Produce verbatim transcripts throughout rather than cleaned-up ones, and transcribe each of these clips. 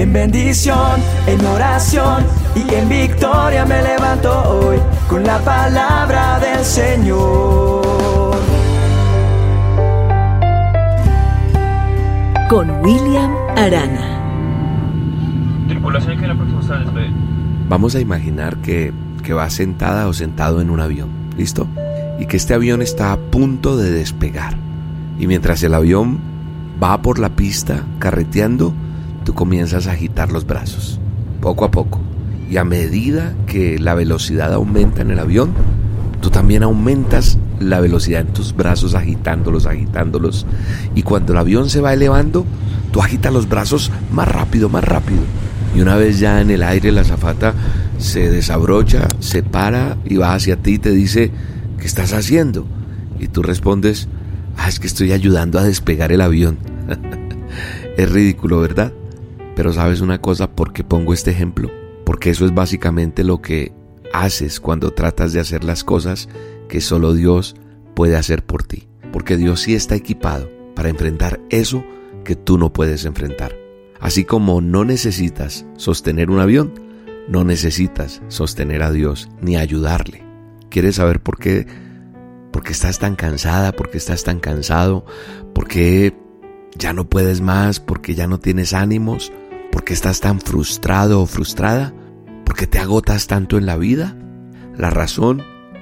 En bendición, en oración y en victoria me levanto hoy con la palabra del Señor. Con William Arana. Tripulación que la próxima está después. Vamos a imaginar que, que vas sentada o sentado en un avión, ¿listo? Y que este avión está a punto de despegar. Y mientras el avión va por la pista carreteando, tú comienzas a agitar los brazos, poco a poco. Y a medida que la velocidad aumenta en el avión, tú también aumentas la velocidad en tus brazos, agitándolos, agitándolos. Y cuando el avión se va elevando, tú agitas los brazos más rápido, más rápido. Y una vez ya en el aire, la azafata se desabrocha, se para y va hacia ti y te dice: ¿qué estás haciendo? Y tú respondes: ah, es que estoy ayudando a despegar el avión. Es ridículo, ¿verdad? Pero ¿sabes una cosa? ¿Por qué pongo este ejemplo? Porque eso es básicamente lo que haces cuando tratas de hacer las cosas que solo Dios puede hacer por ti. Porque Dios sí está equipado para enfrentar eso que tú no puedes enfrentar. Así como no necesitas sostener un avión, no necesitas sostener a Dios ni ayudarle. ¿Quieres saber por qué? ¿Por qué estás tan cansada? ¿Por qué estás tan cansado? ¿Por qué ya no puedes más? ¿Por qué ya no tienes ánimos? ¿Por qué estás tan frustrado o frustrada? ¿Por qué te agotas tanto en la vida? La razón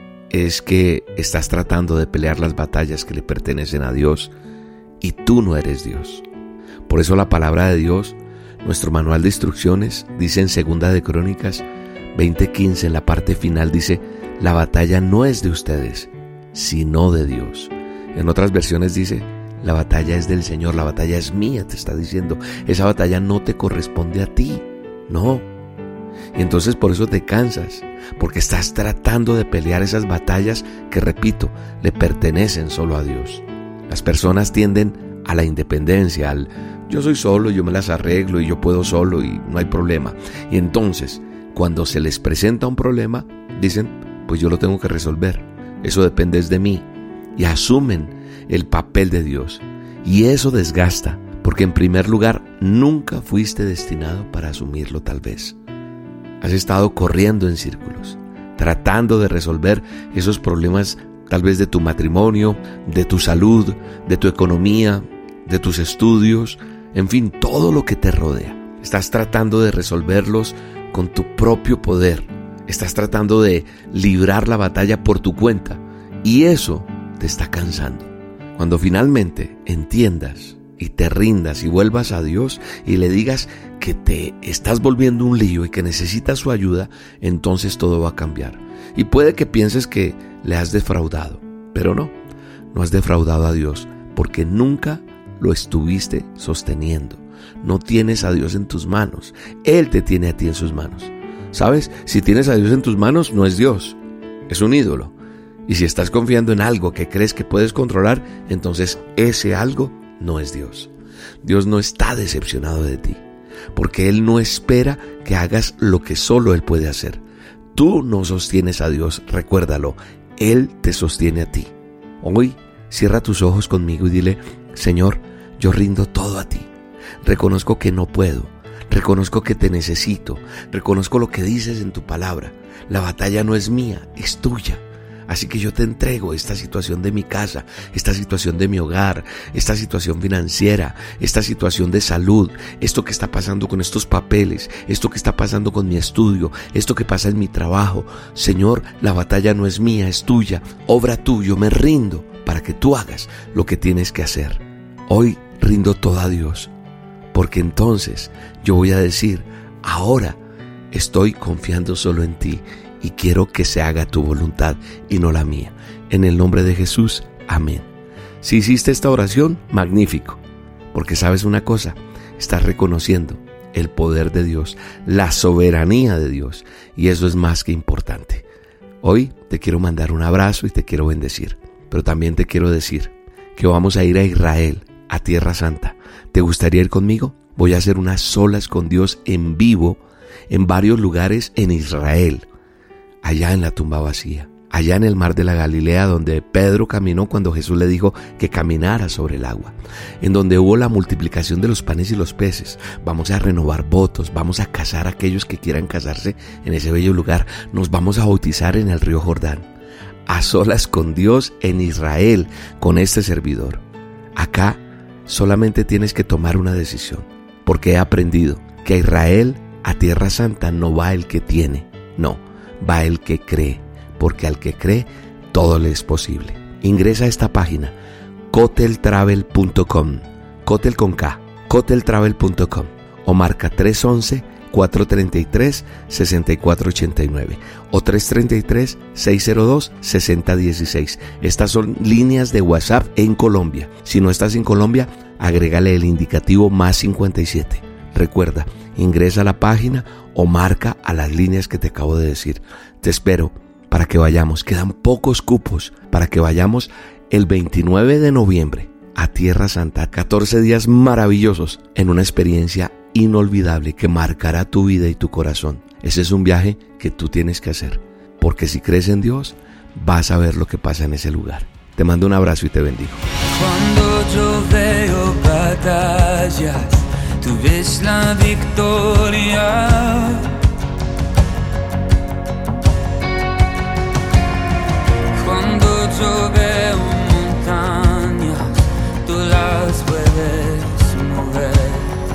es que estás tratando de pelear las batallas que le pertenecen a Dios y tú no eres Dios. Por eso la palabra de Dios, nuestro manual de instrucciones, dice en Segunda de Crónicas veinte quince, en la parte final dice: la batalla no es de ustedes, sino de Dios. En otras versiones dice: la batalla es del Señor, la batalla es mía, te está diciendo. Esa batalla no te corresponde a ti, no. Y entonces por eso te cansas, porque estás tratando de pelear esas batallas que, repito, le pertenecen solo a Dios. Las personas tienden a la independencia, al yo soy solo, yo me las arreglo y yo puedo solo y no hay problema. Y entonces, cuando se les presenta un problema, dicen: pues yo lo tengo que resolver, eso depende de mí. Y asumen el papel de Dios. Y eso desgasta, porque en primer lugar, nunca fuiste destinado para asumirlo tal vez. Has estado corriendo en círculos, tratando de resolver esos problemas tal vez de tu matrimonio, de tu salud, de tu economía, de tus estudios, en fin, todo lo que te rodea. Estás tratando de resolverlos con tu propio poder. Estás tratando de librar la batalla por tu cuenta. Y eso te está cansando. Cuando finalmente entiendas y te rindas y vuelvas a Dios y le digas que te estás volviendo un lío y que necesitas su ayuda, entonces todo va a cambiar. Y puede que pienses que le has defraudado, pero no, no has defraudado a Dios, porque nunca lo estuviste sosteniendo. No tienes a Dios en tus manos, Él te tiene a ti en sus manos. ¿Sabes? Si tienes a Dios en tus manos, no es Dios, es un ídolo. Y si estás confiando en algo que crees que puedes controlar, entonces ese algo no es Dios. Dios no está decepcionado de ti, porque Él no espera que hagas lo que solo Él puede hacer. Tú no sostienes a Dios, recuérdalo, Él te sostiene a ti. Hoy cierra tus ojos conmigo y dile: Señor, yo rindo todo a ti. Reconozco que no puedo, reconozco que te necesito, reconozco lo que dices en tu palabra. La batalla no es mía, es tuya. Así que yo te entrego esta situación de mi casa, esta situación de mi hogar, esta situación financiera, esta situación de salud, esto que está pasando con estos papeles, esto que está pasando con mi estudio, esto que pasa en mi trabajo. Señor, la batalla no es mía, es tuya. Obra tú, yo me rindo para que tú hagas lo que tienes que hacer. Hoy rindo todo a Dios, porque entonces yo voy a decir: ahora estoy confiando solo en ti. Y quiero que se haga tu voluntad y no la mía. En el nombre de Jesús, amén. Si hiciste esta oración, magnífico. Porque sabes una cosa, estás reconociendo el poder de Dios, la soberanía de Dios. Y eso es más que importante. Hoy te quiero mandar un abrazo y te quiero bendecir. Pero también te quiero decir que vamos a ir a Israel, a Tierra Santa. ¿Te gustaría ir conmigo? Voy a hacer unas solas con Dios en vivo en varios lugares en Israel. Allá en la tumba vacía, allá en el mar de la Galilea, donde Pedro caminó cuando Jesús le dijo que caminara sobre el agua, en donde hubo la multiplicación de los panes y los peces. Vamos a renovar votos, vamos a casar a aquellos que quieran casarse en ese bello lugar, nos vamos a bautizar en el río Jordán, a solas con Dios en Israel, con este servidor. Acá solamente tienes que tomar una decisión, porque he aprendido que a Israel, a Tierra Santa, no va el que tiene, no, va el que cree, porque al que cree todo le es posible. Ingresa a esta página, cotel travel punto com, Cotel con K, cotel travel punto com, o marca tres once, cuatro treinta y tres, sesenta y cuatro ochenta y nueve o tres treinta y tres, seiscientos dos, sesenta dieciséis. Estas son líneas de WhatsApp en Colombia. Si no estás en Colombia, agrégale el indicativo más cincuenta y siete. Recuerda, ingresa a la página o marca a las líneas que te acabo de decir. Te espero para que vayamos. Quedan pocos cupos para que vayamos el veintinueve de noviembre a Tierra Santa. catorce días maravillosos en una experiencia inolvidable que marcará tu vida y tu corazón. Ese es un viaje que tú tienes que hacer, porque si crees en Dios, vas a ver lo que pasa en ese lugar. Te mando un abrazo y te bendigo. Cuando yo veo batallas, tú ves la victoria. Cuando yo veo montañas, tú las puedes mover.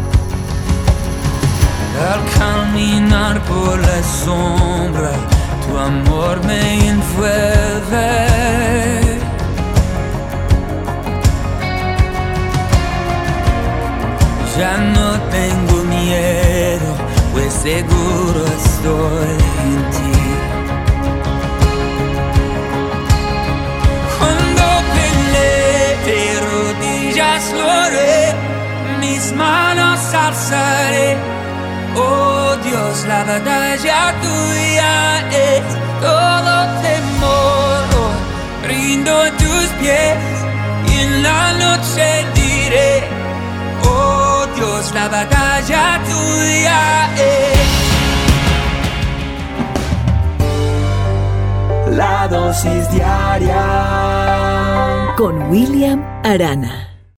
Al caminar por la sombra, tu amor me envuelve. Ya no tengo miedo, pues seguro estoy en ti. Cuando peleé de rodillas lo haré, mis manos alzaré. Oh Dios, la batalla tuya es todo temor. Oh, rindo a tus pies y en la noche diré, oh Dios, la batalla tuya es. La dosis diaria con William Arana.